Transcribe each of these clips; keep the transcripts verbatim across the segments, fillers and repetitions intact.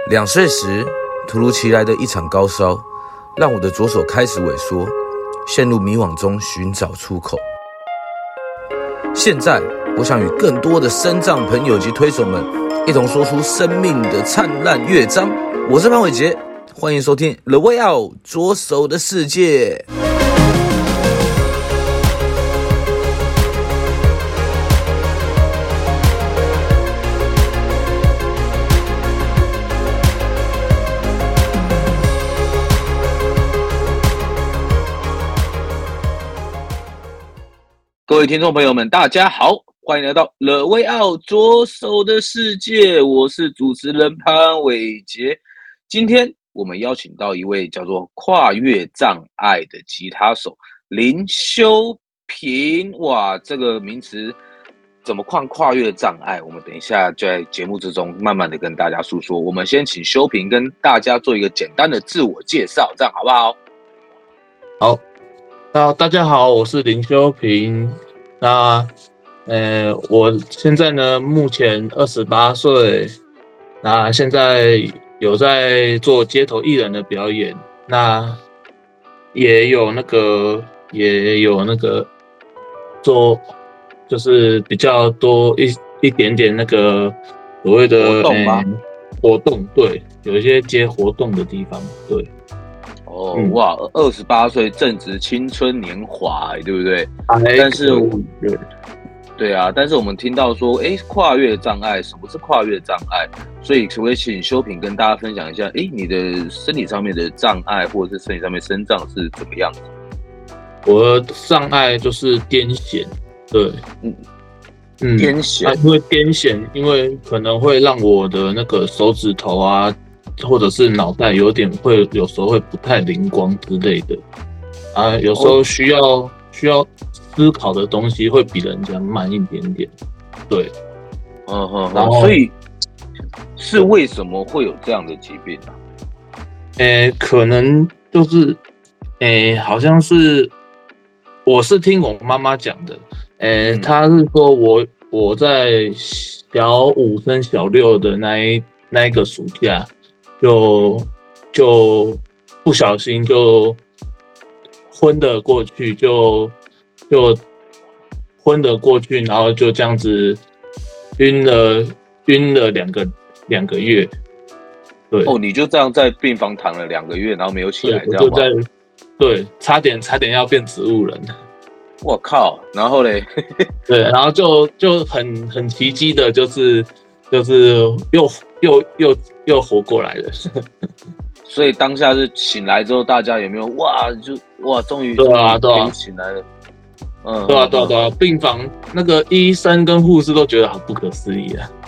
两岁时，突如其来的一场高烧，让我的左手开始萎缩，陷入迷惘中寻找出口。现在，我想与更多的身障朋友及推手们一同说出生命的灿烂乐章。我是潘伟杰，欢迎收听 The Way Out 左手的世界。各位听众朋友们，大家好，欢迎来到 The Way Out 左手的世界，我是主持人潘伟杰。今天我们邀请到一位叫做跨越障碍的吉他手林修平。哇，这个名词怎么跨跨越障碍？我们等一下就在节目之中慢慢的跟大家诉说。我们先请修平跟大家做一个简单的自我介绍，这样好不好？ 好。那大家好，我是林修平。那呃，我现在呢，目前二十八岁。那现在有在做街头艺人的表演，那也有那个也有那个做，就是比较多一一点点那个所谓的活动吗？ 呃、活动，对，有一些接活动的地方，对。 哦、嗯、哇，二十八岁正值青春年华，对不对？但是对对啊，但是我们听到说，哎，跨越障碍，什么是跨越障碍？所以可不可以请修平跟大家分享一下，哎，你的身体上面的障碍，或者是身体上面身障是怎么样子？ 我的障碍就是癫痫，对，嗯嗯，癫痫、 啊，因为癫痫，因为可能会让我的那个手指头啊，或者是脑袋有点会有时候会不太灵光之类的啊，有时候需要、哦、需要思考的东西会比人家慢一点点，对， 嗯哼，然后所以是为什么会有这样的疾病啊？ 诶，可能就是诶，好像是我是听我妈妈讲的，诶，嗯、她是说我我在小五升小六的那一那一个暑假。就就不小心就昏了过去，就就昏了过去，然后就这样子晕了晕了两个两个月。对哦，你就这样在病房躺了两个月，然后没有起来，这样吗？ 就在对，差点差点要变植物人。 我靠！然后嘞， 对，然后就就很很奇迹的，就是就是又又又又活过来了。 所以当下是醒来之后，大家有没有哇？就哇，终于对啊对啊醒来了。嗯， 对啊对啊对啊，病房那个医生跟护士都觉得很不可思议啊。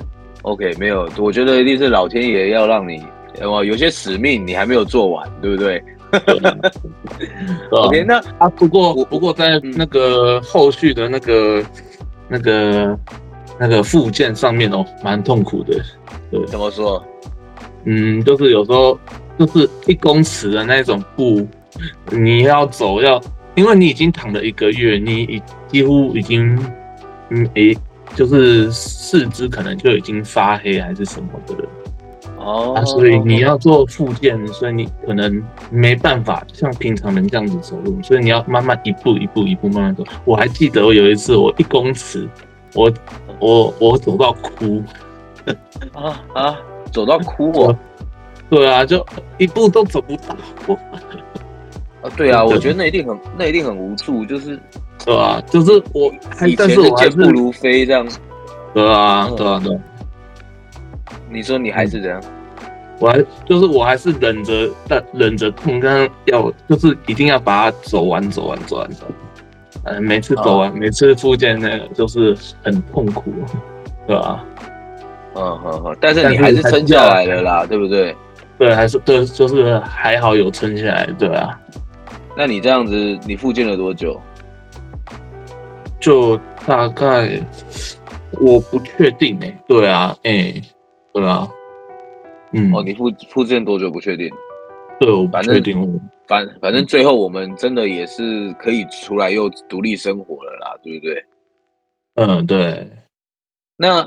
OK， 没有，我觉得一定是老天爷要让你，哇，有些使命你还没有做完，对不对？ 对啊 OK， 那啊，不过不过在那个后续的那个、嗯、那个那个复健上面哦，蛮痛苦的。对， 怎么说？ 嗯，就是有时候就是一公尺的那种步，你要走要，因为你已经躺了一个月，你已几乎已经嗯诶、欸，就是四肢可能就已经发黑还是什么的了。 哦、 啊，所以你要做复健，所以你可能没办法像平常人这样子走路，所以你要慢慢一步一步一步慢慢走。我还记得我有一次，我一公尺，我我我走到哭， 啊啊，走到哭哦。 对啊，就一步都走不到。 啊，对啊，我觉得那一定很那一定很无助，就是对啊，就是我， 以前的健步如飞这样。 对啊，对啊，对啊。 你说你还是这样？ 我还就是我还是忍着，忍着痛，但要就是一定要把它走完，走完，走完，走完。嗯，每次走完，哦、每次复健那个就是很痛苦，对吧？ 嗯嗯嗯，但是你还是撑下来了啦，对不对？ 对，还是对，就是还好有撑下来，对啊。 那你这样子，你复健了多久？ 就大概我不确定哎、欸，对啊，哎、欸，对啊。 嗯，哦，你复复健多久不确定？ 对，我不确定。 反反正最后我们真的也是可以出来又独立生活了啦，对不对？ 嗯，对。 那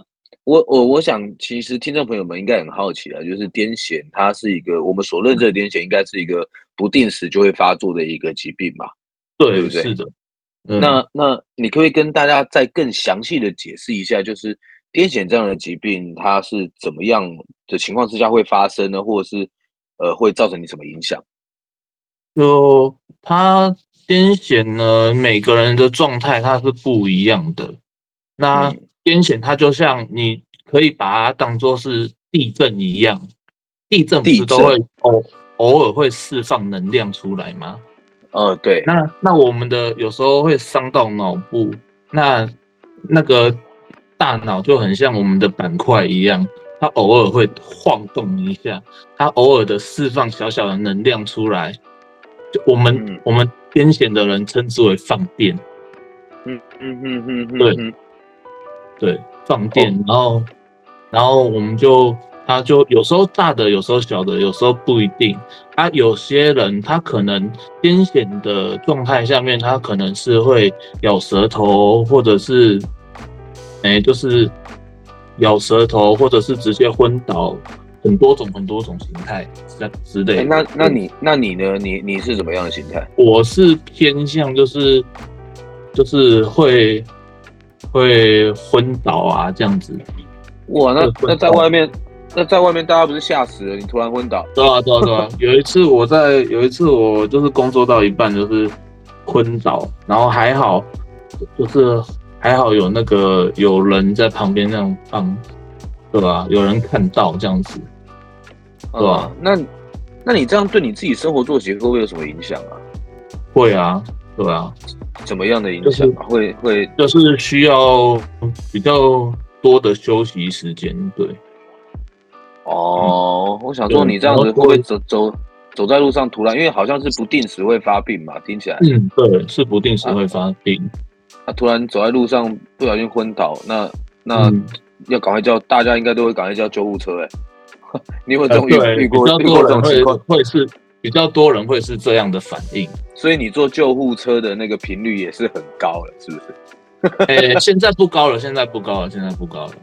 我我我想，其实听众朋友们应该很好奇啊，就是癫痫，它是一个我们所认知的癫痫，应该是一个不定时就会发作的一个疾病嘛，对对， 不对？ 是的，嗯。 那那你可不可以跟大家再更详细的解释一下，就是癫痫这样的疾病，它是怎么样的情况之下会发生呢？或者是呃会造成你什么影响？ 就他癫痫呢，每个人的状态它是不一样的。那嗯， 癫痫它就像你可以把它当做是地震一样，地震不是都会地震， 偶偶尔会释放能量出来吗？ 呃，对， 那那我们的有时候会伤到脑部，那那个大脑就很像我们的板块一样，它偶尔会晃动一下，它偶尔的释放小小的能量出来，就我们嗯我们癫痫的人称之为放电， 嗯嗯嗯嗯嗯对嗯， 对，放哦， 电，然后然后我们就它就有时候大的，有时候小的，有时候不一定。啊，有些人他可能癫痫的状态下面，他可能是会咬舌头，或者是哎，就是咬舌头，或者是直接昏倒，很多种很多种形态这之哎， 类的。 那那你那你呢？你你是怎么样的心态？ 我是偏向就是就是会会昏倒啊这样子， 哇， 会那那昏倒。 在外面，那在外面大家不是吓死了？你突然昏倒， 对啊，对啊，对啊。有一次我在有一次我就是工作到一半就是昏倒，然后还好，就是还好有那个有人在旁边那样帮，对吧？有人看到这样子，对吧？ 嗯，那那你这样对你自己生活作息会不会有什么影响啊？ 会啊，对啊， 怎么样的影就是响啊？会会就是需要比较多的休息时间，对，嗯， 哦，我想对， 说你这样子会不会然后多走走走在路上突然，因为好像是不定时会发病嘛，听起来嗯，对，是不定时啊， 会发病， 他突然走在路上不小心昏倒，那那嗯。 要赶快叫大家应该都会赶快叫救护车哎、你有没有这呃， 种遇对， 遇比较过遇过这多人会种情况？ 会是比较多人会是这样的反应。 所以你坐救护车的那个频率也是很高了，是不是诶，现在不高了，现在不高了，现在不高了。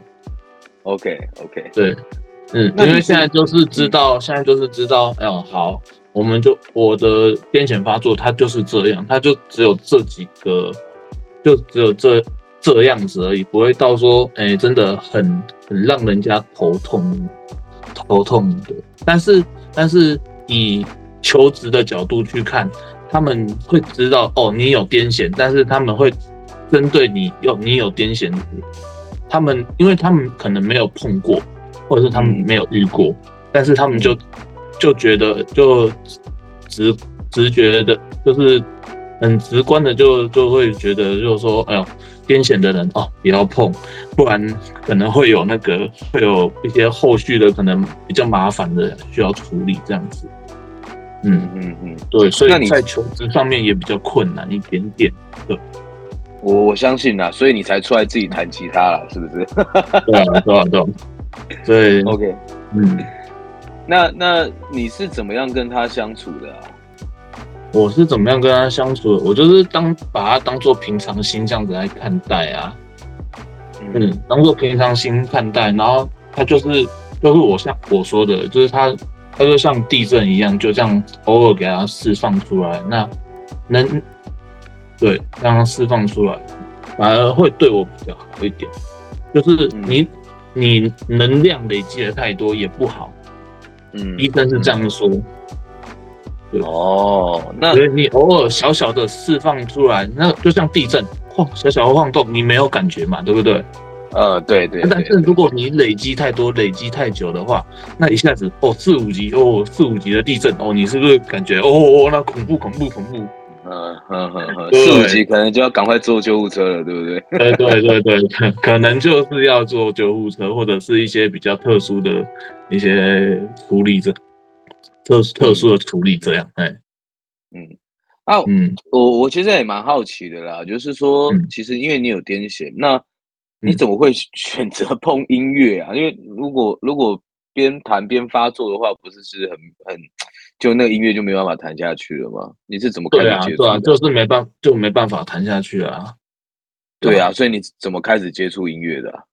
？OK OK， 对，嗯，因为现那你是在就是知嗯道，现在就是知道，哎呦，好，我们就我的癫痫发作，它就是这样，它就只有这几个，就只有这这样子而已，不会到说，哎，真的很很让人家头痛头痛的。但是但是以求职的角度去看，他们会知道哦，你有癫痫，但是他们会针对你有你有癫痫，他们因为他们可能没有碰过，或者是他们嗯没有遇过，但是他们就嗯就觉得就直直觉的，就是很直观的就就会觉得就是说，哎呦，癫痫的人哦不要碰，不然可能会有那个会有一些后续的可能比较麻烦的需要处理这样子。嗯， 嗯嗯嗯， 对，所那你以在求职上面也比较困难一点点。对， 我我相信啦，所以你才出来自己弹吉他啦，是不是对啊，对啊，对啊，对， ？OK， 嗯。 那那你是怎么样跟他相处的啊？ 我是怎么样跟他相处的？我就是当把他当做平常心这样子来看待啊， 嗯嗯，当做平常心看待，然后他就是就是我像我说的，就是他他就像地震一样，就这样偶尔给他释放出来，那能对让他释放出来，反而会对我比较好一点。就是嗯你你能量累积的太多也不好， 嗯医生是这样说。对， 哦，那所以你偶尔小小的释放出来，那就像地震，晃小小的晃动，你没有感觉嘛，对不对？ 呃对对但对对， 是如果你累积太多、累积太久的话，那一下子哦四五级哦四五级的地震哦，你是不是感觉哦哦那恐怖恐怖恐怖？ 嗯哼哼哼，四五级对， 可能就要赶快坐救护车了，对不对？ 对对对对，可可能就是要坐救护车，或者是一些比较特殊的一些处理这特特殊嗯的处理这样，哎， 嗯。啊， 嗯我我其实也蛮好奇的啦，就是说， 嗯其实因为你有癫痫，那你嗯。 怎么会选择碰音乐啊？因为如果如果边弹边发作的话，不是是很很就那个音乐就没办法弹下去了吗？你是怎么开始对啊，对啊， 接触的啊？ 就是没办就没办法谈下去啊，对啊， 对啊，所以你怎么开始接触音乐的啊？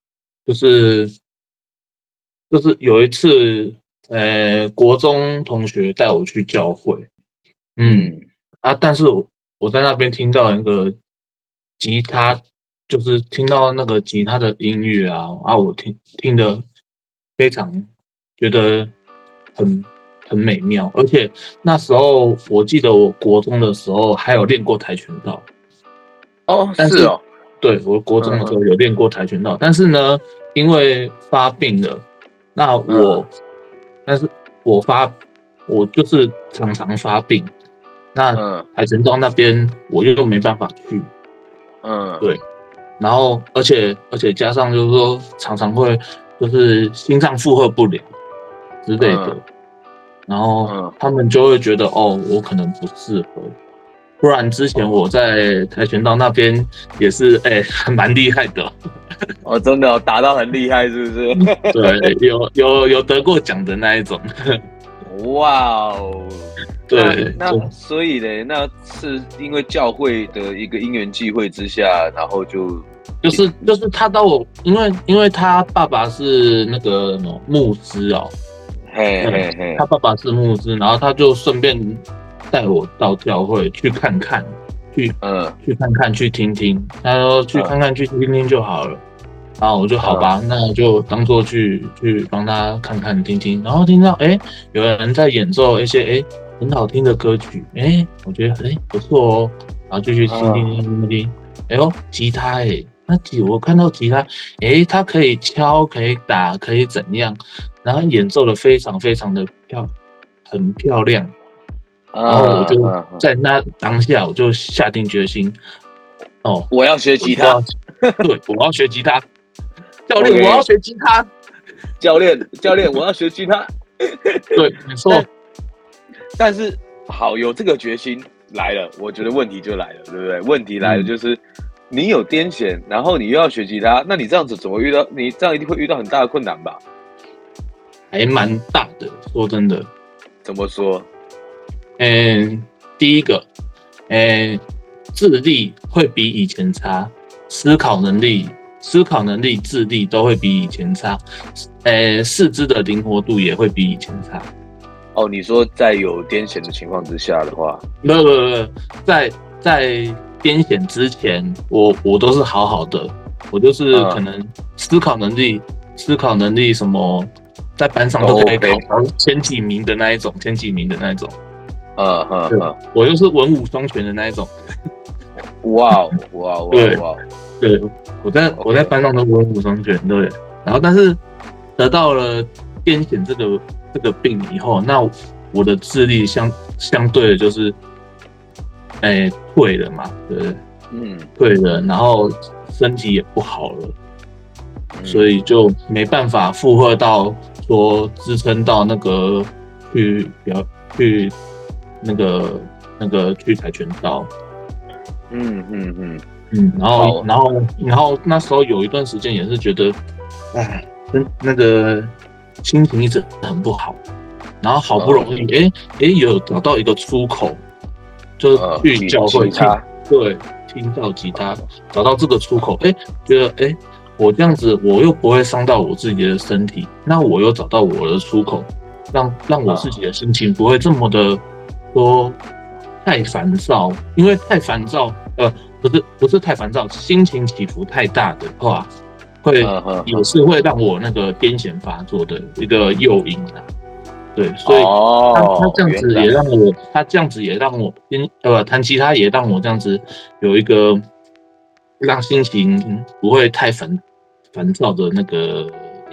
就是就是有一次，呃，国中同学带我去教会，嗯。 嗯啊，但是我我在那边听到那个吉他，就是听到那个吉他的音乐啊，啊，我听听得非常觉得很很美妙，而且那时候我记得我国中的时候还有练过跆拳道， 哦， 但是是哦， 对我国中的时候嗯嗯有练过跆拳道，但是呢，因为发病了，那嗯我但是我发我就是常常发病。那嗯跆拳道那边我又没办法去， 嗯对，然后而且而且加上就是说常常会就是心脏负荷不良之类的， 嗯然后嗯， 他们就会觉得哦，我可能不适合。不然之前我哦在跆拳道那边也是哎，还蛮厉害的， 哦，真的哦，打到很厉害，是不是？ 对，有有有得过奖的那一种， 哇哦，那对，就那所以呢，那是因为教会的一个因缘际会之下，然后就就是就是他到我，因为因为他爸爸是那个什么牧师哦， 嘿嗯， 嘿嘿， 他爸爸是牧师，然后他就顺便带我到教会去看看，去嗯去看看，去听听。他说去嗯看看，去听听就好了。然后我就好嗯吧，那就当做去去帮他看看听听。然后听到哎，有人在演奏一些哎很好听的歌曲，哎，我觉得哎不错哦，然后就去听听听嗯听听。哎呦，吉他哎，那吉我看到吉他，哎，它可以敲，可以打，可以怎样？然后演奏的非常非常的漂，很漂亮。然后我就嗯嗯嗯， 在那当下，我就下定决心，哦， 我要学吉他我就要，对，我要学吉他，教练，我要 ，OK， 学吉他。 教练教练，我要学吉他， 对，没错， 但但是好有这个决心来了，我觉得问题就来了，对不对？问题来了嗯， 就是你有癫痫，然后你又要学吉他，那你这样子怎么遇到？你这样一定会遇到很大的困难吧？ 还蛮大的，说真的。 怎么说？ 嗯，第一个，嗯，智力会比以前差，思考能力、思考能力、智力都会比以前差，呃，四肢的灵活度也会比以前差。 哦，你说在有癫痫的情况之下的话， 不不不，在在癫痫之前，我我都是好好的，我就是可嗯， 能思考能力、思考能力什么，在班上都都可以 OK， 考到前几名的那一种，前几名的那一种。 嗯嗯对， 嗯， 我又是文武双全的那一种。 哇哦哇哦哇对哦哇哦对，我在我在 ，OK， 班上都文武双全，对。然后但是得到了癫痫这个这个病以后，那我的智力相相对的就是，哎、退了嘛，对不对？ 嗯退了，然后身体也不好了， 嗯， 所以就没办法负荷到说支撑到那个去表去那个那个去跆拳道。 嗯嗯嗯， 嗯，然后， 好， 然后，然后那时候有一段时间也是觉得，哎，真那个心情一直很不好，然后好不容易，哎、哎、有找到一个出口，就呃， 去吉教会听， 吉他， 对，听到吉他，找到这个出口，哎、觉得，哎、我这样子我又不会伤到我自己的身体，那我又找到我的出口，让让我自己的心情不会这么的说太烦躁，因为太烦躁，呃。不是不是太烦躁，心情起伏太大的话，会嗯嗯也是会让我那个癫痫发作的一个诱因啊。对，所以他他哦， 这样子原来， 也让我，他这样子也让我边呃弹吉他也让我这样子有一个让心情不会太烦烦躁的那个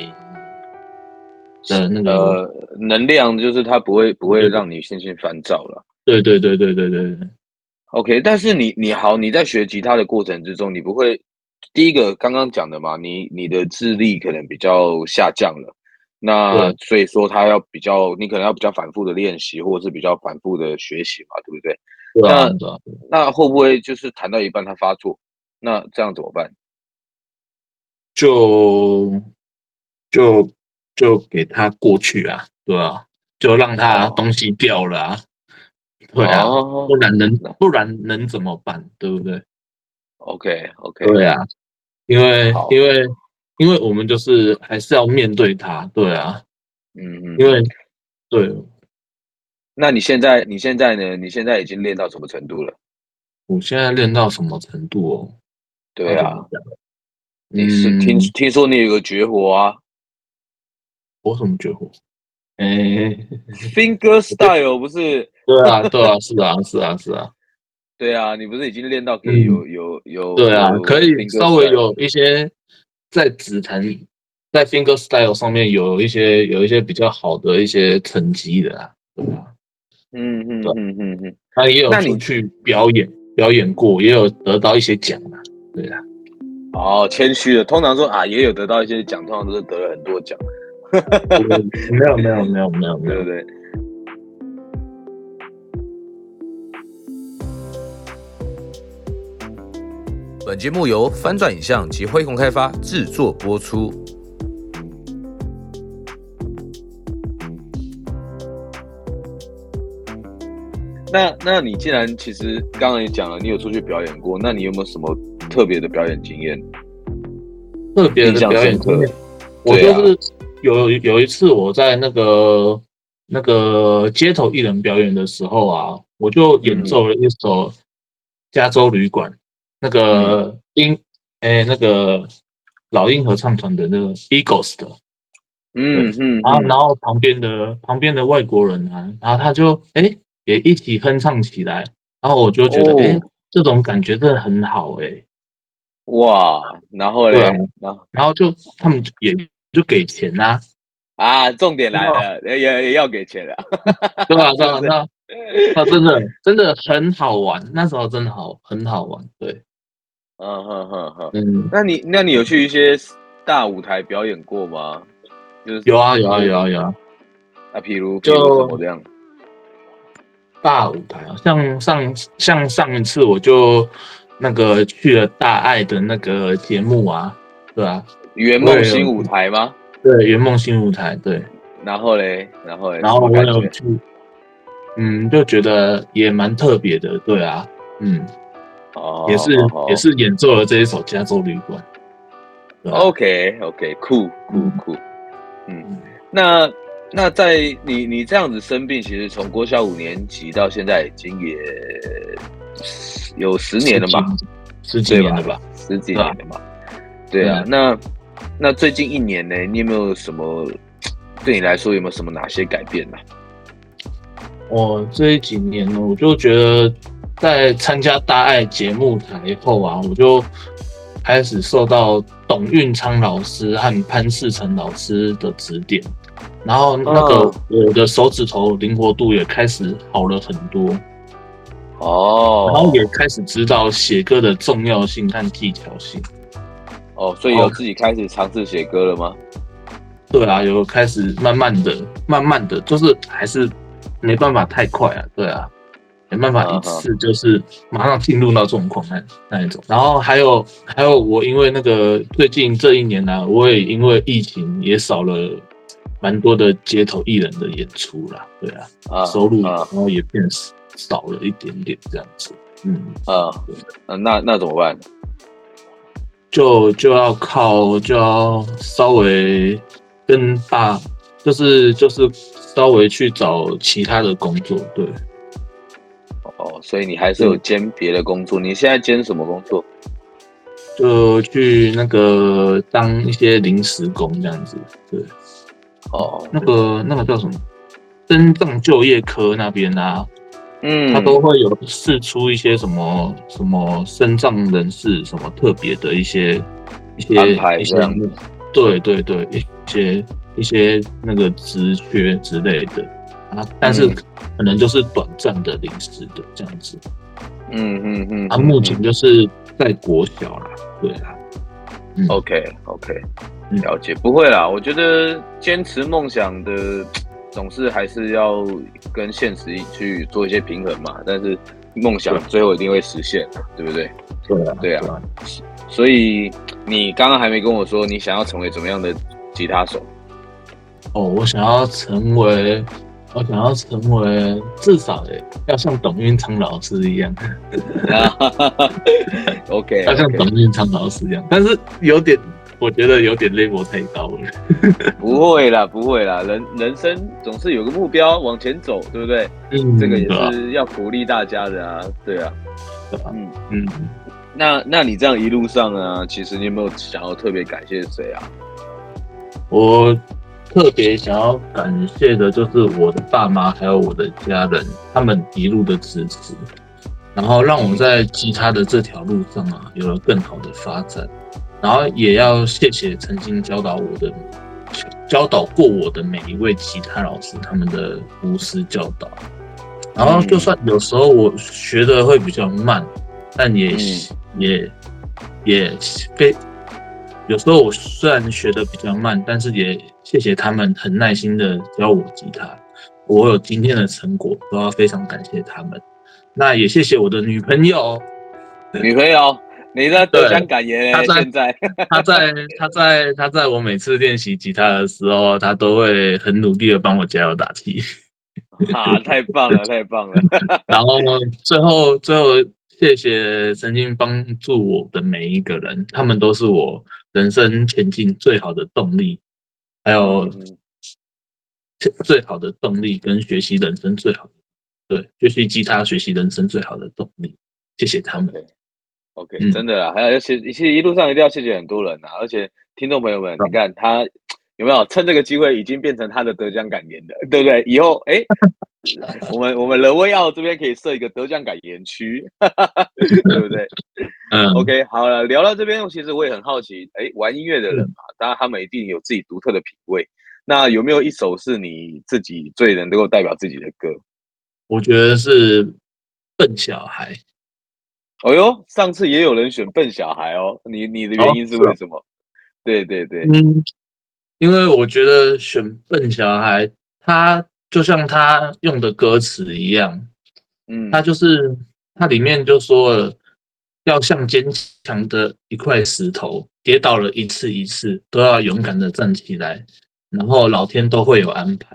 的那个， 呃，能量就是它不会不会对让你心情烦躁了。 对对对对对对对 OK，但是你你好，你在学吉他的过程之中，你不会第一个刚刚讲的嘛，你你的智力可能比较下降了，那对所以说他要比较，你可能要比较反复的练习，或者是比较反复的学习嘛，对不对？ 对啊那对啊， 那会不会就是弹到一半他发作？那这样怎么办？ 就就就给他过去啊，对啊，就让他哦东西掉了啊，对啊，不哦， 然能那不然能怎么办，对不对？ OK OK， 对啊，因为因好， 为因为我们就是还是要面对它，对啊， 嗯嗯， 因为对， 那你现在你现在呢？你现在已经练到什么程度了？ 我现在练到什么程度哦？ 对啊， 要怎么讲？ 你是听嗯， 听说你有个绝活啊我什么绝活？哎， ，finger style 不是？ 对啊，对啊，是啊，是啊，是啊， 对啊，你不是已经练到可以嗯， 有有有对啊，可有以 finger 稍微 style？ 有一些在指弹，在 finger style 上面有一些有一些比较好的一些成绩的啊，对啊， 嗯嗯对啊， 嗯嗯嗯。 他也有那你出去表演表演过，也有得到一些奖啊，对啊， 哦，谦虚了。通常说啊，也有得到一些奖，通常都是得了很多奖， 我没有没有没有没有没有， 对不对？本节目由翻转影像及恢宏开发制作播出。那那你既然其实刚刚也讲了，你有出去表演过，那你有没有什么特别的表演经验？ 特别的表演经验，我就是有有一次我在那个那个街头艺人表演的时候啊，我就演奏了一首《加州旅馆》，那个英诶、那个老鹰合唱团的那个 Eagles 的，对， 嗯嗯然后然嗯， 后旁边的旁边的外国人啊，然后他就诶、也一起哼唱起来，然后我就觉得诶、 哦， 这种感觉真的很好诶、 哇，然后对啊， 嘞，然后然后就他们也就给钱呐、 啊，重点对吧？ 来了，也也要给钱了， 对啊，对啊， 是不是？ 那那真的真的很好玩，那时候真的好很好玩，对， 嗯哼哼哼， 嗯， 那你那你有去一些大舞台表演过吗？就是有啊有啊就是有啊有啊， 啊，譬如譬如什么就这样？ 大舞台啊，像上像上一次我就那个去了大爱的那个节目啊，对啊， 圆我也有梦新舞台吗？ 对圆梦新舞台，对， 然后嘞，然后嘞， 然后我什么感觉？ 有去，嗯，就觉得也蛮特别的，对啊，嗯，也是哦，好好也是演奏了这一首《加州旅馆》，对啊， ，OK OK，酷酷嗯酷，嗯， 嗯， 那那在你你这样子生病，其实从国小五年级到现在已经也有十年十几了吧， 十几对吧？ 年了吧？ 十几对啊， 年了嘛，对啊。 嗯， 那那最近一年呢，你有没有什么对你来说有没有什么哪些改变呢、 我这几年呢，我就觉得在参加大爱节目台后啊，我就开始受到董运昌老师和潘世成老师的指点，然后那个嗯， 我的手指头灵活度也开始好了很多，然后也哦开始知道写歌的重要性和技巧性。 哦，所以然后有自己开始尝试写歌了吗？ 对啊，有开始慢慢的、慢慢的，就是还是没办法太快啊，对啊，没办法一嗯哼， 次就是马上进入到状况那那一种。然后还有还有，我因为那个最近这一年呢、啊，我也因为疫情也少了蛮多的街头艺人的演出啦，对啊， 啊收入啊然后也变少了一点点这样子，嗯， 啊，嗯，那那怎么办？ 就就要靠就要稍微跟大，就是就是稍微去找其他的工作，对， 哦，所以你还是有对， 兼别的工作。你现在兼什么工作？ 就去那个当一些临时工这样子，对， 哦， 那个那个叫什么，身障就业科那边啊，他都嗯， 会有释出一些什么什么身障人士什么特别的一些一些安排一些这样子。 对对对，一些一些那个职缺之类的啊，但是嗯可能就是短暂的临时的这样子。 嗯嗯嗯， 啊， 嗯目前就是在国小啦，对啊，嗯 OK OK， 嗯了解。不会啦，我觉得坚持梦想的总是还是要跟现实去做一些平衡嘛。但是梦想最后一定会实现，对不对？ 对啊， 对啊。所以你刚刚还没跟我说你想要成为怎么样的吉他手？ 哦，我想要成为，我想要成为至少诶，要像董运昌老师一样。 OK， 要像董运昌老师一样，但是有点我觉得有点 level 太高了。 不会啦，不会啦，人人生总是有个目标往前走，对不对？ 嗯， 这个也对啊， 是要鼓励大家的啊，对啊， 对啊， 嗯， 嗯， 那那你这样一路上啊，其实你有没有想要特别感谢谁啊？ 我特别想要感谢的就是我的爸妈还有我的家人，他们一路的支持，然后让我在吉他的这条路上啊有了更好的发展。然后也要谢谢曾经教导我的、教导过我的每一位吉他老师，他们的无私教导。然后就算有时候我学的会比较慢，但也、嗯、也也非有时候我虽然学的比较慢，但是也谢谢他们很耐心的教我吉他，我有今天的成果，都要非常感谢他们。那也谢谢我的女朋友， 女朋友。你在得奖感言欸， 现在他在他在他在我每次练习吉他的时候，他都会很努力的帮我加油打气。 啊，太棒了，太棒了！ 然后最后最后谢谢曾经帮助我的每一个人，他们都是我人生前进最好的动力，还有最好的动力跟学习人生最好的，对，学习吉他学习人生最好的动力。谢谢他们。 Okay. OK，、嗯、真的啦，还有其实其实一路上一定要谢谢很多人啊，而且听众朋友们，你看他有没有趁这个机会已经变成他的得奖感言的，对不对？以后哎，我们我们人威奥这边可以设一个得奖感言区，对不对？嗯 ，OK， 好了，聊到这边，其实我也很好奇，哎，玩音乐的人嘛，当然他们一定有自己独特的品味，那有没有一首是你自己最能够代表自己的歌？ 我觉得是《笨小孩》。 哦哟，上次也有人选笨小孩哦，你你的原因是为什么？哦啊、对对对， 嗯，因为我觉得选笨小孩，他就像他用的歌词一样，嗯，他就是他里面就说了，要像坚强的一块石头，跌倒了一次一次，都要勇敢的站起来，然后老天都会有安排。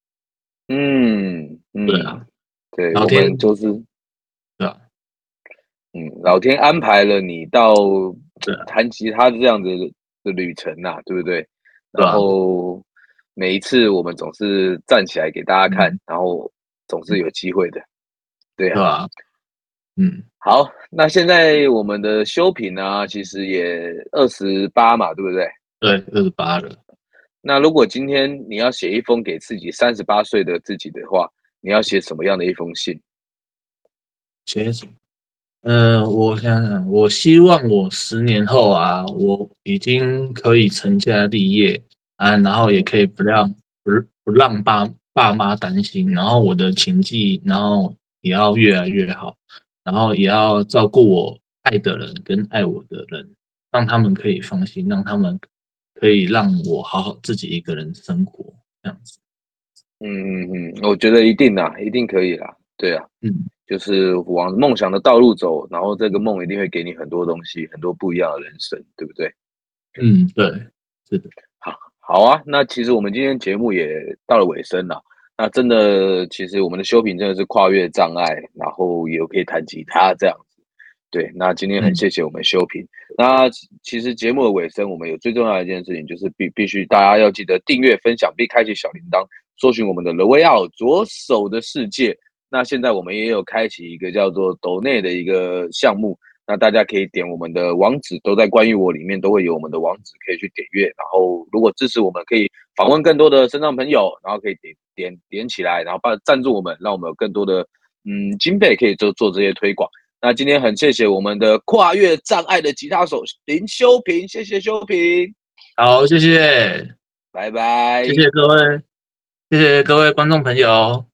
嗯嗯， 对啊， 对，我们就是对啊。 嗯，老天安排了你到弹吉他这样子的旅程呐、啊，对不对？然后每一次我们总是站起来给大家看，嗯、然后总是有机会的，对啊。 对啊，嗯， 好，那现在我们的修平呢，其实也二十八嘛，对不对？ 对，二十八了。 那如果今天你要写一封给自己三十八岁的自己的话，你要写什么样的一封信？ 写什么？呃，我想想，我希望我十年后啊，我已经可以成家立业啊，然后也可以不让不不让爸爸妈担心，然后我的情技，然后也要越来越好，然后也要照顾我爱的人跟爱我的人，让他们可以放心，让他们可以让我好好自己一个人生活，这样子。 嗯嗯嗯，我觉得一定啦，一定可以啦，对啊，嗯。就是往梦想的道路走，然后这个梦一定会给你很多东西，很多不一样的人生，对不对？ 嗯，对，是的。 好，好啊。那其实我们今天节目也到了尾声了。那真的，其实我们的修平真的是跨越障碍，然后也可以弹吉他这样子。对，那今天很谢谢我们修平。嗯、那其实节目的尾声，我们有最重要的一件事情，就是必必须大家要记得订阅、分享，并开启小铃铛，搜寻我们的勒威奥左手的世界。那现在我们也有开启一个叫做抖内的一个项目，那大家可以点我们的网址，都在关于我里面都会有我们的网址可以去点阅。然后如果支持我们，可以访问更多的身障朋友，然后可以点点点起来，然后帮赞助我们，让我们有更多的嗯经费可以做做这些推广。那今天很谢谢我们的跨越障碍的吉他手林修平，谢谢修平， 好，谢谢， 拜拜， 谢谢各位，谢谢各位观众朋友。